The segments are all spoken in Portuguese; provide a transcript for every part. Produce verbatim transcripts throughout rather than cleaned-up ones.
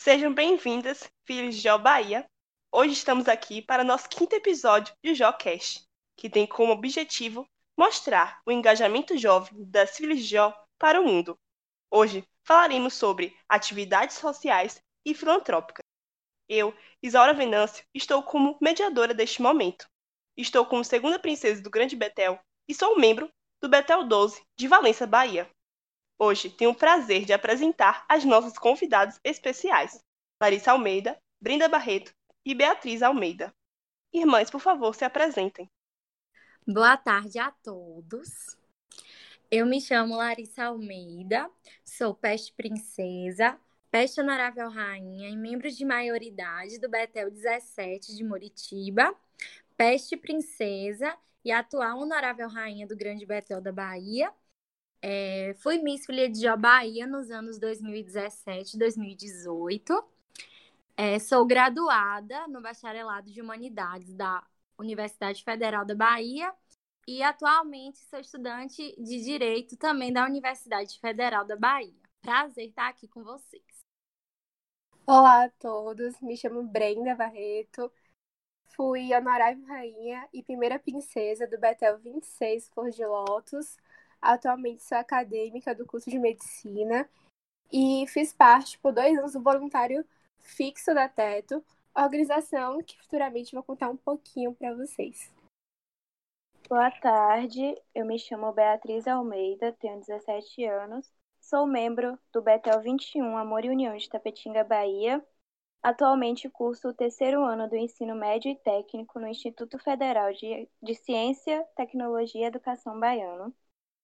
Sejam bem-vindas, filhos de Jó Bahia. Hoje estamos aqui para nosso quinto episódio de JóCast, que tem como objetivo mostrar o engajamento jovem das filhas de Jó para o mundo. Hoje falaremos sobre atividades sociais e filantrópicas. Eu, Isaura Venâncio, estou como mediadora deste momento. Estou como segunda princesa do Grande Betel e sou membro do Betel doze de Valença, Bahia. Hoje tenho o prazer de apresentar as nossas convidadas especiais, Larissa Almeida, Brenda Barreto e Beatriz Almeida. Irmãs, por favor, se apresentem. Boa tarde a todos. Eu me chamo Larissa Almeida, sou peste princesa, peste honorável rainha e membro de maioridade do Betel dezessete de Muritiba, peste princesa e atual honorável rainha do Grande Betel da Bahia. É, fui Miss Filha de Jó Bahia nos anos dois mil e dezessete e dois mil e dezoito. É, sou graduada no Bacharelado de Humanidades da Universidade Federal da Bahia e atualmente sou estudante de Direito também da Universidade Federal da Bahia. Prazer estar aqui com vocês. Olá a todos, me chamo Brenda Barreto, fui honorável rainha e primeira princesa do Betel vinte e seis Flor de Lótus. Atualmente sou acadêmica do curso de Medicina e fiz parte por dois anos do voluntário fixo da Teto, organização que futuramente vou contar um pouquinho para vocês. Boa tarde, eu me chamo Beatriz Almeida, tenho dezessete anos, sou membro do Betel vinte e um Amor e União de Tapetinga, Bahia. Atualmente curso o terceiro ano do ensino médio e técnico no Instituto Federal de, de Ciência, Tecnologia e Educação Baiano.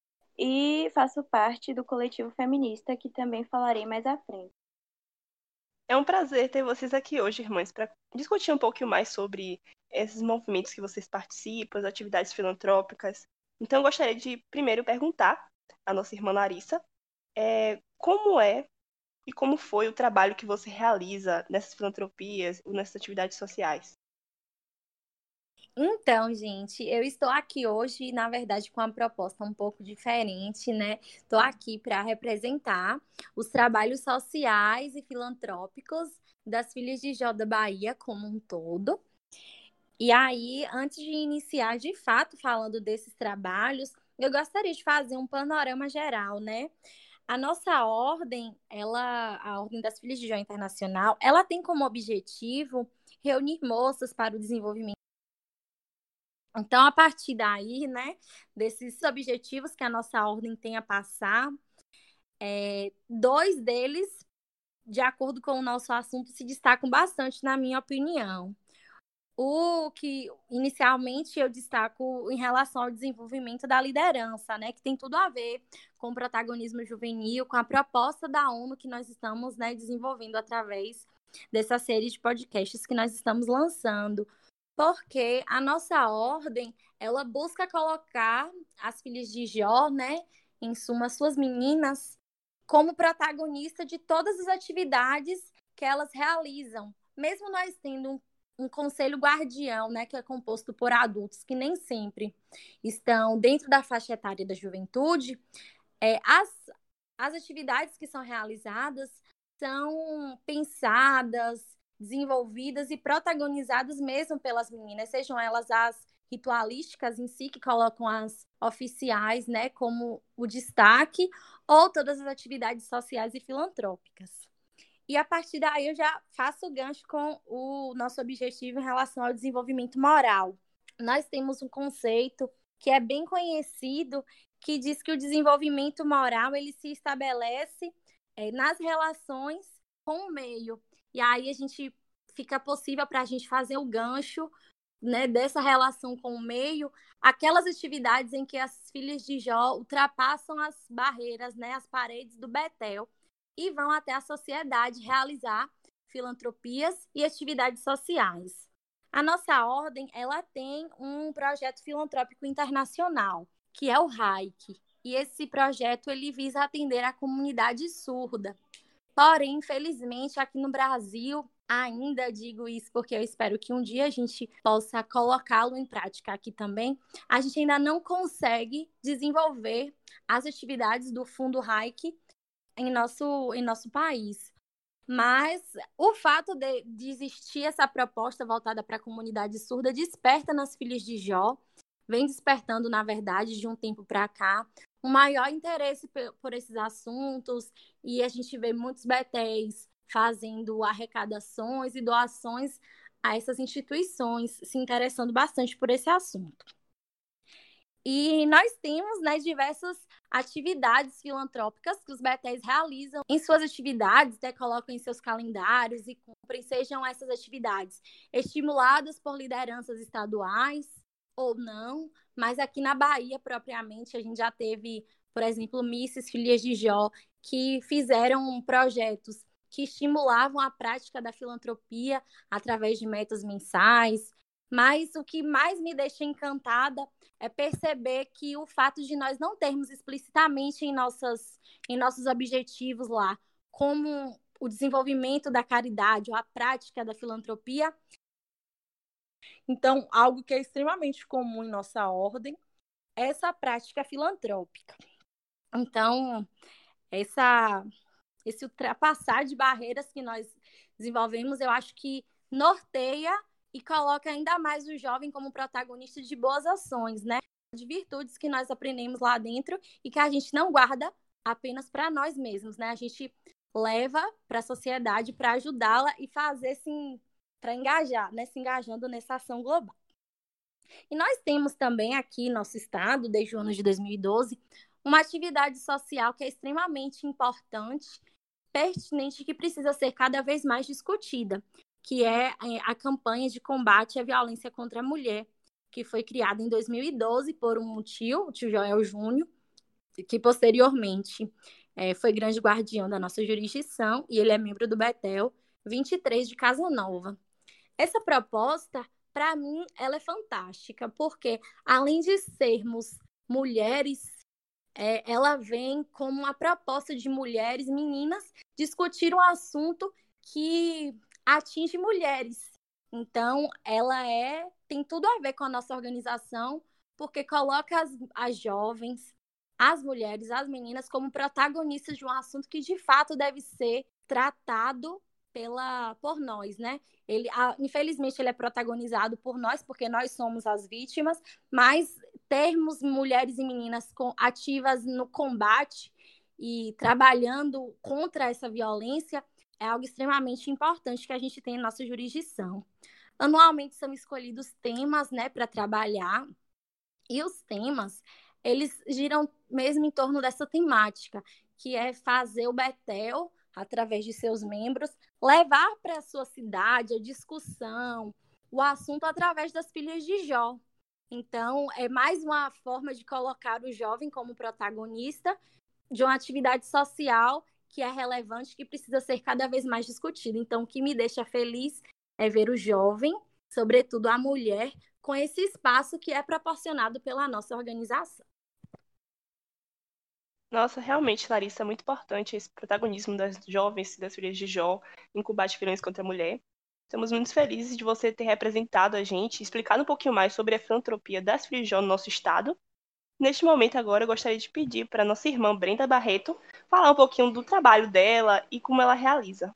E faço parte do coletivo feminista, que também falarei mais à frente. É um prazer ter vocês aqui hoje, irmãs, para discutir um pouquinho mais sobre esses movimentos que vocês participam, as atividades filantrópicas. Então, eu gostaria de primeiro perguntar à nossa irmã Larissa é, como é e como foi o trabalho que você realiza nessas filantropias ou nessas atividades sociais. Então, gente, eu estou aqui hoje, na verdade, com uma proposta um pouco diferente, né? Estou aqui para representar os trabalhos sociais e filantrópicos das Filhas de Jó da Bahia como um todo. E aí, antes de iniciar, de fato, falando desses trabalhos, eu gostaria de fazer um panorama geral, né? A nossa ordem, ela, a Ordem das Filhas de Jó Internacional, ela tem como objetivo reunir moças para o desenvolvimento. Então, a partir daí, né, desses objetivos que a nossa ordem tem a passar, é, dois deles, de acordo com o nosso assunto, se destacam bastante, na minha opinião. O que, inicialmente, eu destaco em relação ao desenvolvimento da liderança, né, que tem tudo a ver com o protagonismo juvenil, com a proposta da ONU que nós estamos, né, desenvolvendo através dessa série de podcasts que nós estamos lançando. Porque a nossa ordem, ela busca colocar as filhas de Jó, né, em suma, suas meninas, como protagonista de todas as atividades que elas realizam. Mesmo nós tendo um, um conselho guardião, né, que é composto por adultos que nem sempre estão dentro da faixa etária da juventude, é, as, as atividades que são realizadas são pensadas, desenvolvidas e protagonizadas mesmo pelas meninas, sejam elas as ritualísticas em si, que colocam as oficiais, né, como o destaque, ou todas as atividades sociais e filantrópicas. E a partir daí eu já faço o gancho com o nosso objetivo em relação ao desenvolvimento moral. Nós temos um conceito que é bem conhecido, que diz que o desenvolvimento moral ele se estabelece é, nas relações com o meio. E aí a gente fica possível para a gente fazer o gancho, né, dessa relação com o meio, aquelas atividades em que as filhas de Jó ultrapassam as barreiras, né, as paredes do Betel e vão até a sociedade realizar filantropias e atividades sociais. A nossa ordem, ela tem um projeto filantrópico internacional, que é o RAIC, e esse projeto ele visa atender a comunidade surda. Porém, infelizmente, aqui no Brasil, ainda digo isso porque eu espero que um dia a gente possa colocá-lo em prática aqui também, a gente ainda não consegue desenvolver as atividades do Fundo RAIC em nosso, em nosso país. Mas o fato de, de existir essa proposta voltada para a comunidade surda desperta nas filhas de Jó, vem despertando, na verdade, de um tempo para cá, um maior interesse por, por esses assuntos, e a gente vê muitos betéis fazendo arrecadações e doações a essas instituições, se interessando bastante por esse assunto. E nós temos, né, diversas atividades filantrópicas que os betéis realizam em suas atividades, né, colocam em seus calendários e cumprem, sejam essas atividades estimuladas por lideranças estaduais ou não, mas aqui na Bahia, propriamente, a gente já teve, por exemplo, Misses Filhas de Jó, que fizeram projetos que estimulavam a prática da filantropia através de metas mensais. Mas o que mais me deixa encantada é perceber que o fato de nós não termos explicitamente em, nossas, em nossos objetivos lá como o desenvolvimento da caridade ou a prática da filantropia. Então, algo que é extremamente comum em nossa ordem é essa prática filantrópica. Então, essa, esse ultrapassar de barreiras que nós desenvolvemos, eu acho que norteia e coloca ainda mais o jovem como protagonista de boas ações, né? De virtudes que nós aprendemos lá dentro e que a gente não guarda apenas para nós mesmos, né? A gente leva para a sociedade para ajudá-la e fazer, assim, para engajar, né? Se engajando nessa ação global. E nós temos também aqui, nosso estado, desde o ano de dois mil e doze, uma atividade social que é extremamente importante, pertinente e que precisa ser cada vez mais discutida, que é a campanha de combate à violência contra a mulher, que foi criada em dois mil e doze por um tio, o tio Joel Júnior, que posteriormente é, foi grande guardião da nossa jurisdição, e ele é membro do Betel vinte e três de Casa Nova. Essa proposta, para mim, ela é fantástica, porque além de sermos mulheres, é, ela vem como uma proposta de mulheres, meninas, discutir um assunto que atinge mulheres. Então, ela é tem tudo a ver com a nossa organização, porque coloca as, as jovens, as mulheres, as meninas como protagonistas de um assunto que, de fato, deve ser tratado pela, por nós, né? Ele, a, infelizmente, ele é protagonizado por nós, porque nós somos as vítimas, mas termos mulheres e meninas com, ativas no combate e trabalhando contra essa violência é algo extremamente importante que a gente tem em nossa jurisdição. Anualmente são escolhidos temas, né, para trabalhar, e os temas, eles giram mesmo em torno dessa temática, que é fazer o Betel, através de seus membros, levar para a sua cidade a discussão, o assunto através das filhas de Jó. Então, é mais uma forma de colocar o jovem como protagonista de uma atividade social que é relevante, que precisa ser cada vez mais discutida. Então, o que me deixa feliz é ver o jovem, sobretudo a mulher, com esse espaço que é proporcionado pela nossa organização. Nossa, realmente, Larissa, é muito importante esse protagonismo das jovens, das filhas de Jó, em combate à violência contra a mulher. Estamos muito felizes de você ter representado a gente, explicado um pouquinho mais sobre a filantropia das filhas de Jó no nosso estado. Neste momento agora, eu gostaria de pedir para a nossa irmã Brenda Barreto falar um pouquinho do trabalho dela e como ela realiza.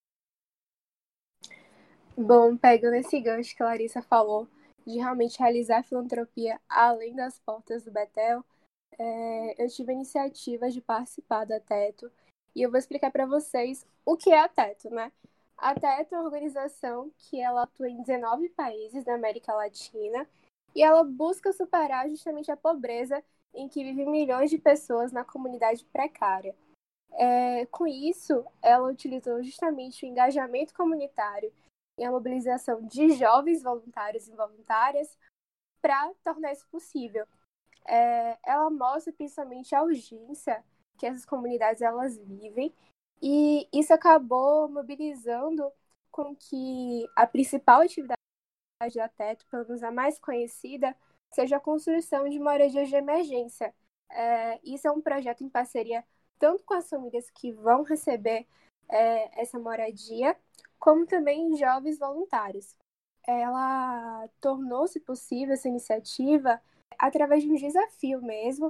Bom, pegando esse gancho que a Larissa falou, de realmente realizar filantropia além das portas do Betel, é, eu tive a iniciativa de participar da Teto, e eu vou explicar para vocês o que é a Teto, né? A Teto é uma organização que ela atua em dezenove países da América Latina, e ela busca superar justamente a pobreza em que vivem milhões de pessoas na comunidade precária. É, com isso, ela utilizou justamente o engajamento comunitário e a mobilização de jovens voluntários e voluntárias para tornar isso possível. É, ela mostra principalmente a urgência que essas comunidades elas vivem, e isso acabou mobilizando com que a principal atividade da Teto, pelo menos a mais conhecida, seja a construção de moradias de emergência. É, isso é um projeto em parceria tanto com as famílias que vão receber é, essa moradia, como também jovens voluntários. Ela tornou-se possível essa iniciativa através de um desafio mesmo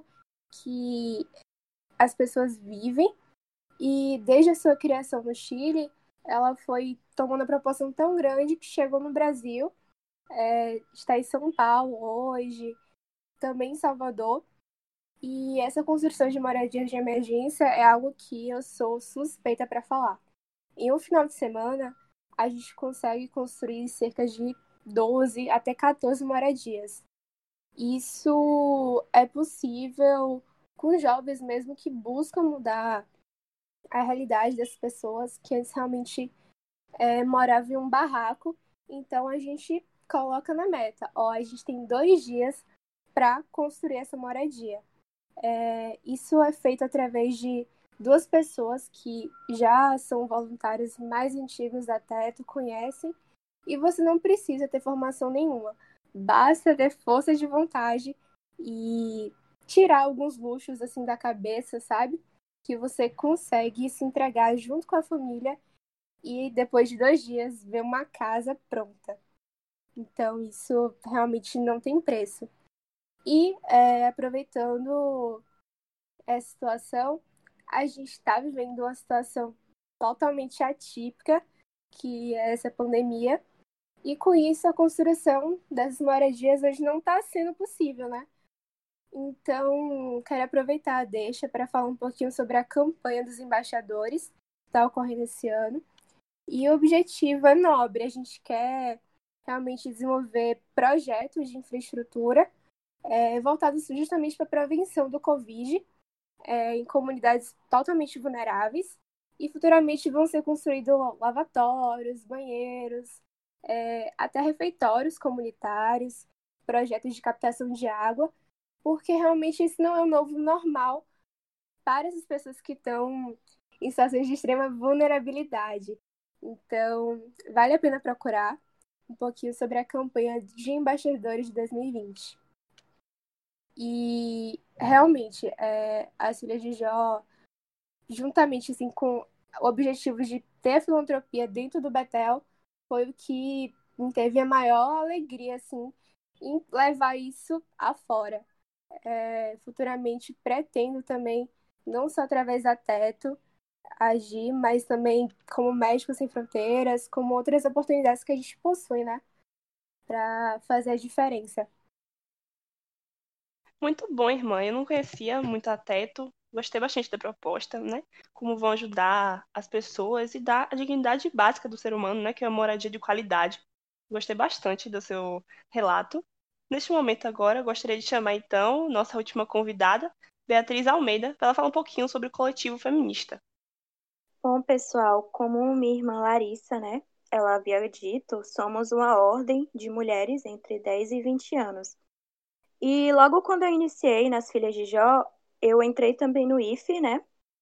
que as pessoas vivem, e desde a sua criação no Chile, ela foi tomando uma proporção tão grande que chegou no Brasil, é, está em São Paulo hoje, também em Salvador. E essa construção de moradias de emergência é algo que eu sou suspeita para falar. Em um final de semana, a gente consegue construir cerca de doze até quatorze moradias. Isso é possível com jovens mesmo que buscam mudar a realidade das pessoas que antes realmente é, moravam em um barraco. Então a gente coloca na meta, ó, a gente tem dois dias para construir essa moradia. É, isso é feito através de duas pessoas que já são voluntários mais antigos da Teto, conhecem, e você não precisa ter formação nenhuma. Basta ter força de vontade e tirar alguns luxos assim da cabeça, sabe? Que você consegue se entregar junto com a família e depois de dois dias ver uma casa pronta. Então isso realmente não tem preço. E é, aproveitando essa situação, a gente está vivendo uma situação totalmente atípica, que é essa pandemia, e com isso a construção dessas moradias hoje não está sendo possível, né? Então, quero aproveitar a deixa para falar um pouquinho sobre a campanha dos embaixadores, que está ocorrendo esse ano. E o objetivo é nobre, a gente quer realmente desenvolver projetos de infraestrutura é, voltados justamente para a prevenção do Covid, É, em comunidades totalmente vulneráveis, e futuramente vão ser construídos lavatórios, banheiros, é, até refeitórios comunitários, projetos de captação de água, porque realmente esse não é o novo normal para essas pessoas que estão em situações de extrema vulnerabilidade. Então, vale a pena procurar um pouquinho sobre a campanha de embaixadores de dois mil e vinte. E realmente, é, as Filhas de Jó, juntamente assim, com o objetivo de ter filantropia dentro do Betel, foi o que me teve a maior alegria assim, em levar isso afora. É, futuramente pretendo também, não só através da Teto, agir, mas também como Médicos Sem Fronteiras, como outras oportunidades que a gente possui, né? Para fazer a diferença. Muito bom, irmã. Eu não conhecia muito a Teto. Gostei bastante da proposta, né? Como vão ajudar as pessoas e dar a dignidade básica do ser humano, né? Que é uma moradia de qualidade. Gostei bastante do seu relato. Neste momento agora, eu gostaria de chamar então nossa última convidada, Beatriz Almeida, para ela falar um pouquinho sobre o coletivo feminista. Bom, pessoal, como minha irmã Larissa, né? Ela havia dito, somos uma ordem de mulheres entre dez e vinte anos. E logo quando eu iniciei nas Filhas de Jó, eu entrei também no I F E, né?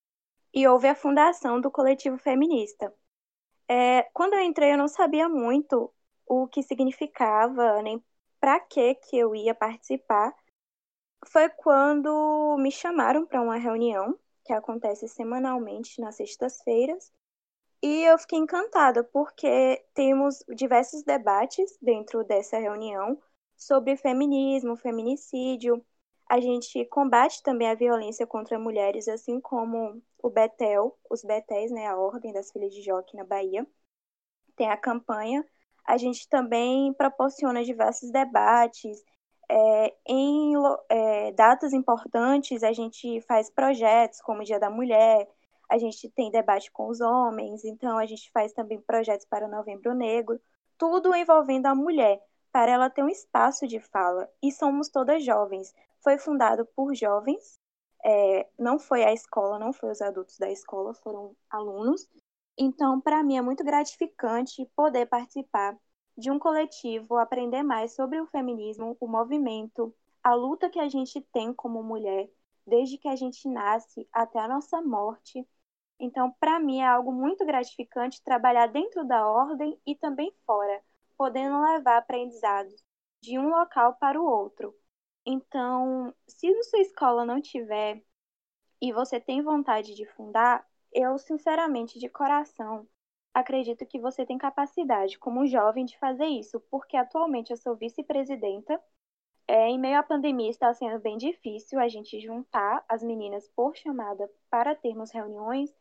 E houve a fundação do coletivo feminista. É, quando eu entrei, eu não sabia muito o que significava, nem para que que eu ia participar. Foi quando me chamaram para uma reunião, que acontece semanalmente nas sextas-feiras, e eu fiquei encantada, porque temos diversos debates dentro dessa reunião sobre feminismo, feminicídio. A gente combate também a violência contra mulheres, assim como o Betel, os Betéis, né, a Ordem das Filhas de Jó aqui na Bahia. Tem a campanha. A gente também proporciona diversos debates. É, em é, datas importantes, a gente faz projetos como o Dia da Mulher, a gente tem debate com os homens, então a gente faz também projetos para o Novembro Negro, tudo envolvendo a mulher, para ela ter um espaço de fala. E somos todas jovens. Foi fundado por jovens, é, não foi a escola, não foi os adultos da escola, foram alunos. Então, para mim é muito gratificante poder participar de um coletivo, aprender mais sobre o feminismo, o movimento, a luta que a gente tem como mulher, desde que a gente nasce até a nossa morte. Então, para mim é algo muito gratificante trabalhar dentro da ordem e também fora, podendo levar aprendizados de um local para o outro. Então, se a sua escola não tiver e você tem vontade de fundar, eu, sinceramente, de coração, acredito que você tem capacidade, como jovem, de fazer isso, porque atualmente eu sou vice-presidenta. É, em meio à pandemia está sendo bem difícil a gente juntar as meninas por chamada para termos reuniões,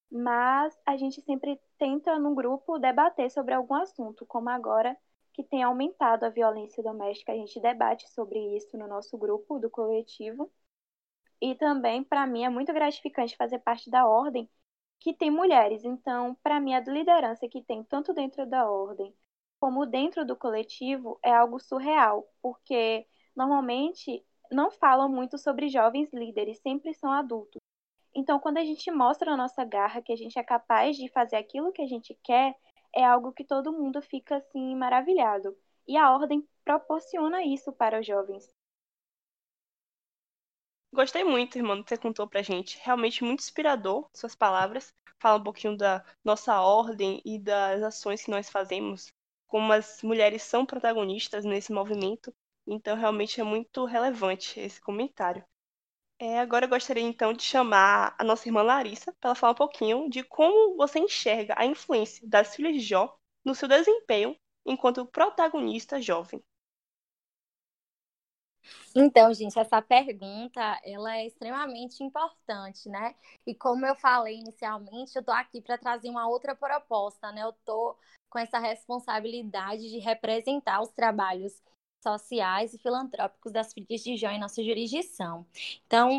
mas a gente sempre tenta, no grupo, debater sobre algum assunto, como agora que tem aumentado a violência doméstica, a gente debate sobre isso no nosso grupo do coletivo. E também, para mim, é muito gratificante fazer parte da ordem que tem mulheres. Então, para mim, a liderança que tem tanto dentro da ordem como dentro do coletivo é algo surreal, porque normalmente não falam muito sobre jovens líderes, sempre são adultos. Então, quando a gente mostra a nossa garra, que a gente é capaz de fazer aquilo que a gente quer, é algo que todo mundo fica assim maravilhado. E a ordem proporciona isso para os jovens. Gostei muito, irmão, do que você contou pra gente. Realmente muito inspirador suas palavras. Fala um pouquinho da nossa ordem e das ações que nós fazemos, como as mulheres são protagonistas nesse movimento. Então, realmente é muito relevante esse comentário. É, agora eu gostaria então de chamar a nossa irmã Larissa para ela falar um pouquinho de como você enxerga a influência das filhas de Jó no seu desempenho enquanto protagonista jovem. Então, gente, essa pergunta, ela é extremamente importante, né? E como eu falei inicialmente, eu tô aqui para trazer uma outra proposta, né? Eu tô com essa responsabilidade de representar os trabalhos sociais e filantrópicos das filhas de Jó em nossa jurisdição. Então,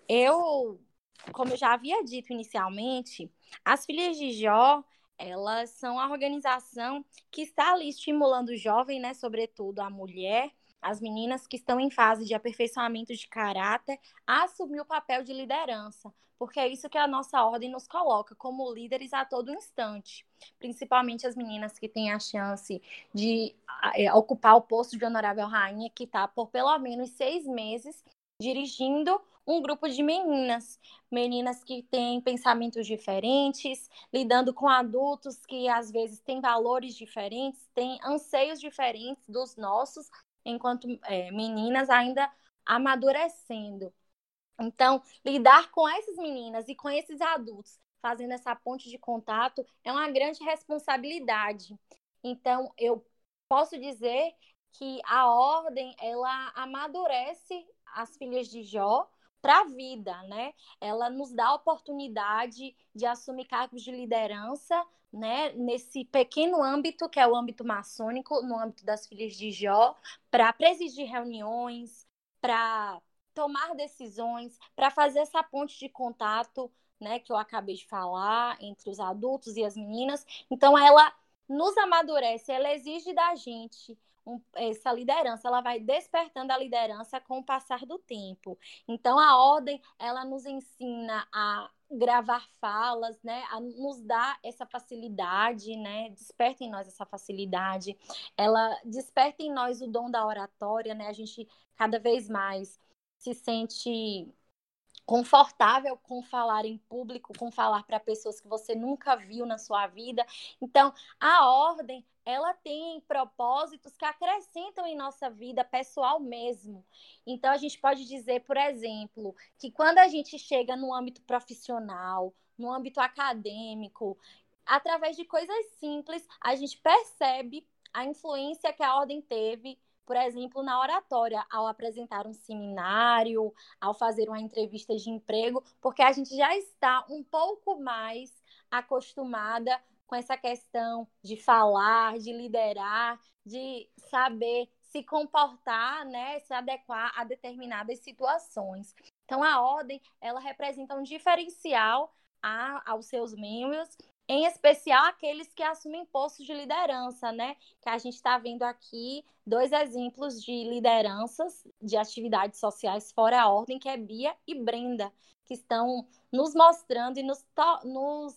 eu, como eu já havia dito inicialmente, as filhas de Jó, elas são a organização que está ali estimulando o jovem, né? Sobretudo a mulher, as meninas que estão em fase de aperfeiçoamento de caráter, a assumir o papel de liderança, porque é isso que a nossa ordem nos coloca como líderes a todo instante, principalmente as meninas que têm a chance de é, ocupar o posto de honorável rainha, que está por pelo menos seis meses dirigindo um grupo de meninas, meninas que têm pensamentos diferentes, lidando com adultos que às vezes têm valores diferentes, têm anseios diferentes dos nossos, enquanto é, meninas ainda amadurecendo. Então, lidar com essas meninas e com esses adultos, fazendo essa ponte de contato, é uma grande responsabilidade. Então, eu posso dizer que a ordem, ela amadurece as filhas de Jó para a vida, né? Ela nos dá a oportunidade de assumir cargos de liderança, né? Nesse pequeno âmbito, que é o âmbito maçônico, no âmbito das filhas de Jó, para presidir reuniões, para tomar decisões, para fazer essa ponte de contato, né, que eu acabei de falar, entre os adultos e as meninas. Então, ela nos amadurece, ela exige da gente um, essa liderança, ela vai despertando a liderança com o passar do tempo. Então, a ordem, ela nos ensina a gravar falas, né, a nos dar essa facilidade, né, desperta em nós essa facilidade, ela desperta em nós o dom da oratória, né, a gente cada vez mais se sente confortável com falar em público, com falar para pessoas que você nunca viu na sua vida. Então, a ordem, ela tem propósitos que acrescentam em nossa vida pessoal mesmo. Então, a gente pode dizer, por exemplo, que quando a gente chega no âmbito profissional, no âmbito acadêmico, através de coisas simples, a gente percebe a influência que a ordem teve, por exemplo, na oratória, ao apresentar um seminário, ao fazer uma entrevista de emprego, porque a gente já está um pouco mais acostumada com essa questão de falar, de liderar, de saber se comportar, né, se adequar a determinadas situações. Então, a ordem, ela representa um diferencial a, aos seus membros, em especial aqueles que assumem postos de liderança, né? Que a gente está vendo aqui dois exemplos de lideranças de atividades sociais fora a ordem, que é Bia e Brenda, que estão nos mostrando e nos, nos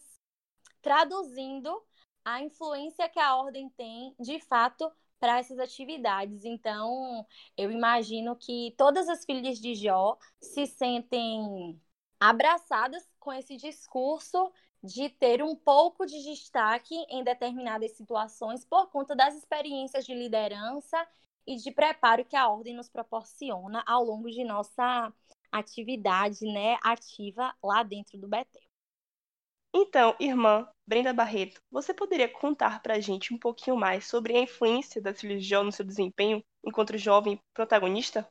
traduzindo a influência que a ordem tem, de fato, para essas atividades. Então, eu imagino que todas as filhas de Jó se sentem abraçadas com esse discurso de ter um pouco de destaque em determinadas situações por conta das experiências de liderança e de preparo que a ordem nos proporciona ao longo de nossa atividade, né, ativa lá dentro do Betel. Então, irmã Brenda Barreto, você poderia contar para a gente um pouquinho mais sobre a influência das filhas de Jó no seu desempenho enquanto jovem protagonista?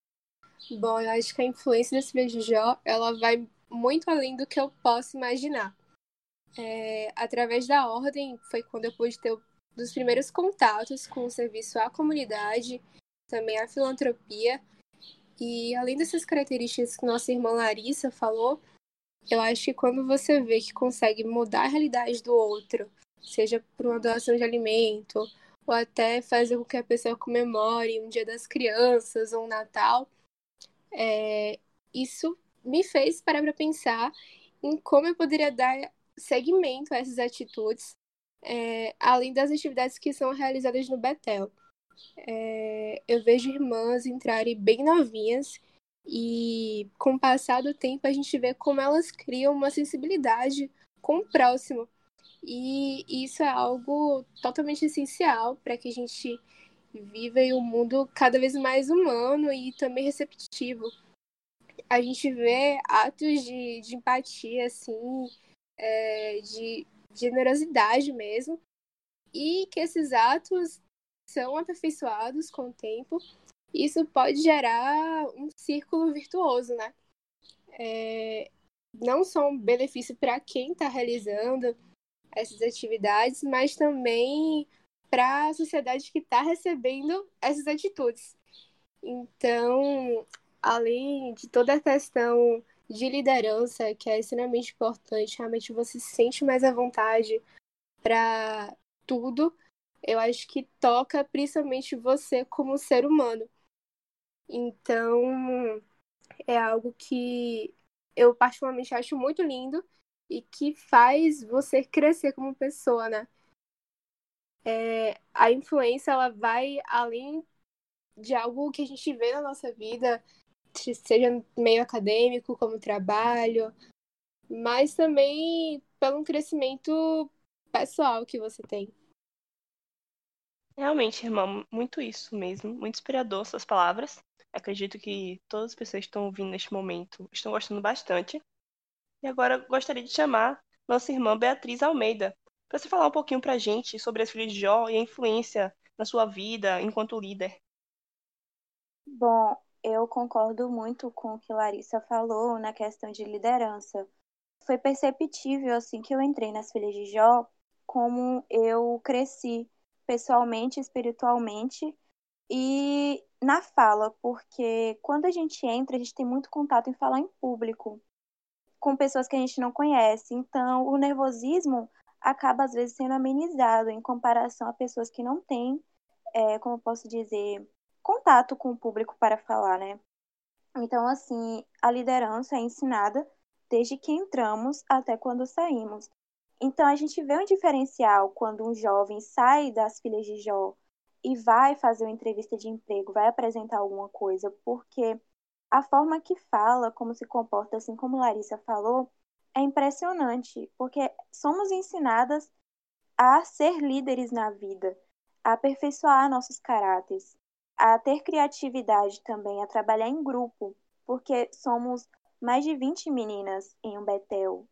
Bom, eu acho que a influência das filhas de Jó, ela vai muito além do que eu posso imaginar. É, através da ordem foi quando eu pude ter um dos primeiros contatos com o serviço à comunidade, também à filantropia. E além dessas características que nossa irmã Larissa falou, eu acho que quando você vê que consegue mudar a realidade do outro, seja por uma doação de alimento, ou até fazer com que a pessoa comemore um Dia das Crianças ou um Natal, é, isso me fez parar para pensar em como eu poderia dar seguimento a essas atitudes, é, além das atividades que são realizadas no Betel. É, eu vejo irmãs entrarem bem novinhas e, com o passar do tempo, a gente vê como elas criam uma sensibilidade com o próximo. E isso é algo totalmente essencial para que a gente viva em um mundo cada vez mais humano e também receptivo. A gente vê atos de, de empatia, assim, é, de generosidade mesmo, e que esses atos são aperfeiçoados com o tempo. Isso pode gerar um círculo virtuoso, né? É, não só um benefício para quem está realizando essas atividades, mas também para a sociedade que está recebendo essas atitudes. Então, além de toda a questão de liderança, que é extremamente importante, realmente você se sente mais à vontade para tudo, eu acho que toca principalmente você como ser humano. Então, é algo que eu particularmente acho muito lindo e que faz você crescer como pessoa, né? É, a influência, ela vai além de algo que a gente vê na nossa vida, seja no meio acadêmico, como trabalho, mas também pelo crescimento pessoal que você tem. Realmente, irmã, muito isso mesmo. Muito inspirador suas palavras. Acredito que todas as pessoas que estão ouvindo neste momento estão gostando bastante. E agora eu gostaria de chamar nossa irmã Beatriz Almeida para você falar um pouquinho para a gente sobre as filhas de Jó e a influência na sua vida enquanto líder. Bom, eu concordo muito com o que Larissa falou na questão de liderança. Foi perceptível, assim, que eu entrei nas Filhas de Jó, como eu cresci pessoalmente, espiritualmente e na fala, porque quando a gente entra, a gente tem muito contato em falar em público, com pessoas que a gente não conhece. Então, o nervosismo acaba, às vezes, sendo amenizado em comparação a pessoas que não têm, é, como eu posso dizer, contato com o público para falar, né? Então, assim, a liderança é ensinada desde que entramos até quando saímos. Então, a gente vê um diferencial quando um jovem sai das Filhas de Jó e vai fazer uma entrevista de emprego, vai apresentar alguma coisa, porque a forma que fala, como se comporta, assim como Larissa falou, é impressionante, porque somos ensinadas a ser líderes na vida, a aperfeiçoar nossos caráteres, a ter criatividade também, a trabalhar em grupo, porque somos mais de vinte meninas em um Betel.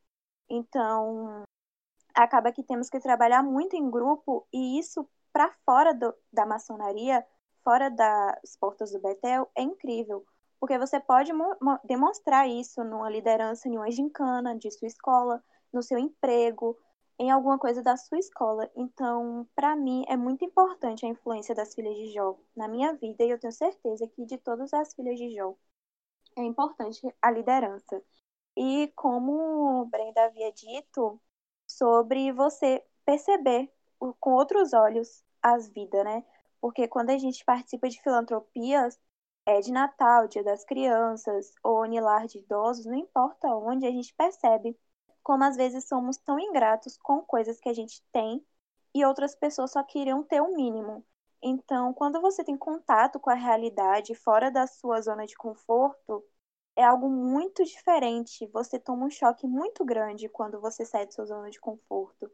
Então, acaba que temos que trabalhar muito em grupo e isso para fora do, da maçonaria, fora das portas do Betel, é incrível. Porque você pode demonstrar isso numa liderança, em uma gincana de sua escola, no seu emprego, em alguma coisa da sua escola. Então, para mim, é muito importante a influência das filhas de Jó na minha vida e eu tenho certeza que de todas as filhas de Jó é importante a liderança. E como Brenda havia dito, sobre você perceber com outros olhos as vidas, né? Porque quando a gente participa de filantropias, é de Natal, Dia das Crianças, ou Lar de Idosos, não importa onde, a gente percebe como às vezes somos tão ingratos com coisas que a gente tem e outras pessoas só queriam ter o mínimo. Então, quando você tem contato com a realidade fora da sua zona de conforto, é algo muito diferente. Você toma um choque muito grande quando você sai de sua zona de conforto.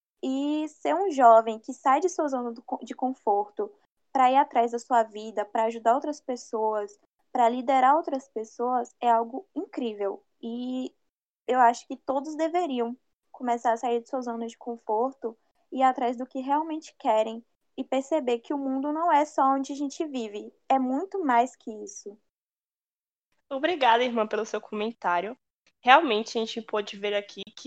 E ser um jovem que sai de sua zona de conforto para ir atrás da sua vida, para ajudar outras pessoas, para liderar outras pessoas, é algo incrível. E eu acho que todos deveriam começar a sair de sua zona de conforto e ir atrás do que realmente querem e perceber que o mundo não é só onde a gente vive, é muito mais que isso. Obrigada, irmã, pelo seu comentário. Realmente, a gente pôde ver aqui que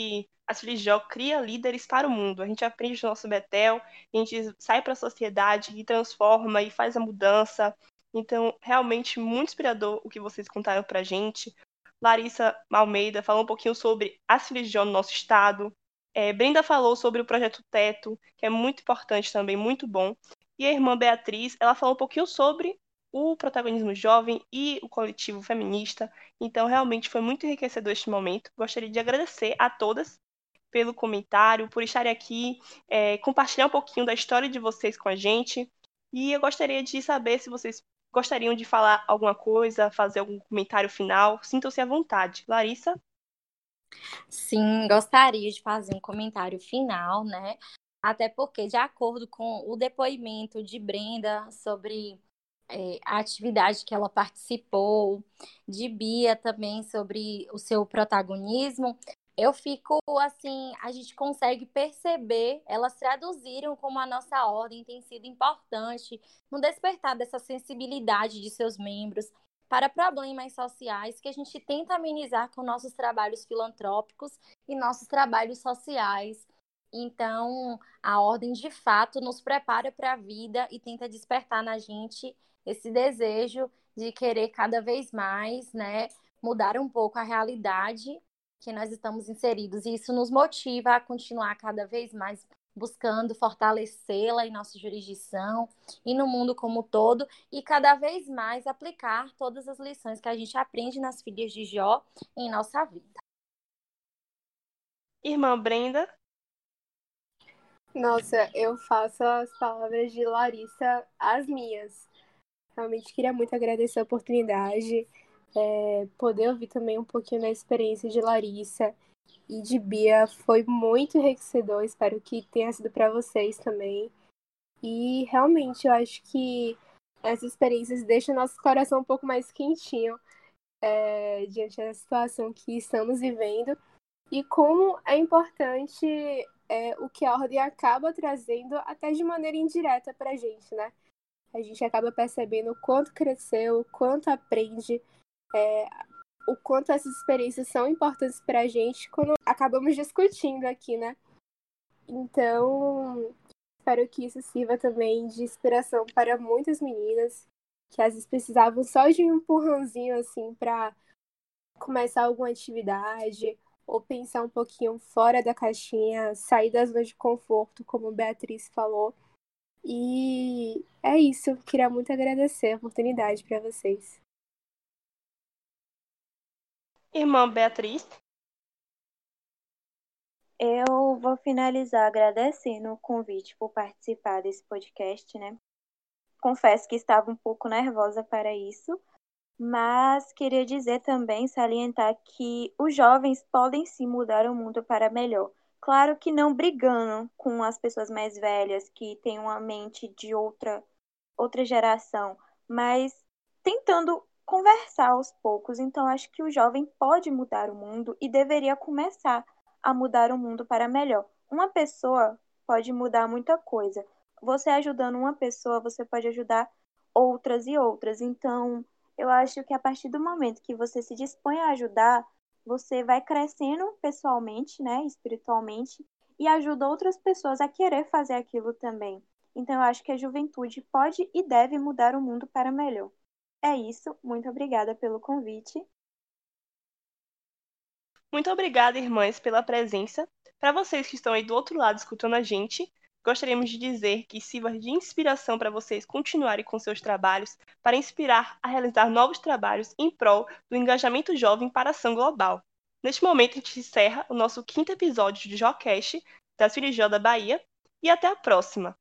a Filijó cria líderes para o mundo. A gente aprende o nosso Betel, a gente sai para a sociedade e transforma e faz a mudança. Então, realmente, muito inspirador o que vocês contaram para a gente. Larissa Almeida falou um pouquinho sobre a Filijó no nosso estado. É, Brenda falou sobre o projeto Teto, que é muito importante também, muito bom. E a irmã Beatriz, ela falou um pouquinho sobre o protagonismo jovem e o coletivo feminista. Então, realmente foi muito enriquecedor este momento. Gostaria de agradecer a todas pelo comentário, por estarem aqui, é, compartilhar um pouquinho da história de vocês com a gente. E eu gostaria de saber se vocês gostariam de falar alguma coisa, fazer algum comentário final. Sintam-se à vontade. Larissa? Sim, gostaria de fazer um comentário final, né? Até porque, de acordo com o depoimento de Brenda sobre é, a atividade que ela participou, de Bia também sobre o seu protagonismo, eu fico assim, a gente consegue perceber, elas traduziram como a nossa ordem tem sido importante no despertar dessa sensibilidade de seus membros para problemas sociais que a gente tenta amenizar com nossos trabalhos filantrópicos e nossos trabalhos sociais. Então, a ordem de fato nos prepara para a vida e tenta despertar na gente esse desejo de querer cada vez mais, né, mudar um pouco a realidade que nós estamos inseridos. E isso nos motiva a continuar cada vez mais buscando fortalecê-la em nossa jurisdição e no mundo como um todo, e cada vez mais aplicar todas as lições que a gente aprende nas filhas de Jó em nossa vida. Irmã Brenda? Nossa, eu faço as palavras de Larissa as minhas. Realmente queria muito agradecer a oportunidade, é, poder ouvir também um pouquinho da experiência de Larissa e de Bia. Foi muito enriquecedor, espero que tenha sido para vocês também. E realmente eu acho que essas experiências deixam nosso coração um pouco mais quentinho é, diante da situação que estamos vivendo e como é importante é, o que a ordem acaba trazendo até de maneira indireta para a gente, né? A gente acaba percebendo o quanto cresceu, o quanto aprende, é, o quanto essas experiências são importantes para a gente quando acabamos discutindo aqui, né? Então, espero que isso sirva também de inspiração para muitas meninas que às vezes precisavam só de um empurrãozinho assim para começar alguma atividade ou pensar um pouquinho fora da caixinha, sair da zona de conforto, como a Beatriz falou. E é isso, queria muito agradecer a oportunidade para vocês. Irmã Beatriz? Eu vou finalizar agradecendo o convite por participar desse podcast, né? Confesso que estava um pouco nervosa para isso, mas queria dizer também, salientar que os jovens podem sim mudar o mundo para melhor. Claro que não brigando com as pessoas mais velhas, que têm uma mente de outra, outra geração, mas tentando conversar aos poucos. Então, acho que o jovem pode mudar o mundo e deveria começar a mudar o mundo para melhor. Uma pessoa pode mudar muita coisa. Você ajudando uma pessoa, você pode ajudar outras e outras. Então, eu acho que a partir do momento que você se dispõe a ajudar, você vai crescendo pessoalmente, né, espiritualmente, e ajuda outras pessoas a querer fazer aquilo também. Então, eu acho que a juventude pode e deve mudar o mundo para melhor. É isso. Muito obrigada pelo convite. Muito obrigada, irmãs, pela presença. Para vocês que estão aí do outro lado escutando a gente, gostaríamos de dizer que sirva de inspiração para vocês continuarem com seus trabalhos, para inspirar a realizar novos trabalhos em prol do engajamento jovem para a ação global. Neste momento, a gente encerra o nosso quinto episódio de JoCast, das Filhas de Jó da Bahia, e até a próxima!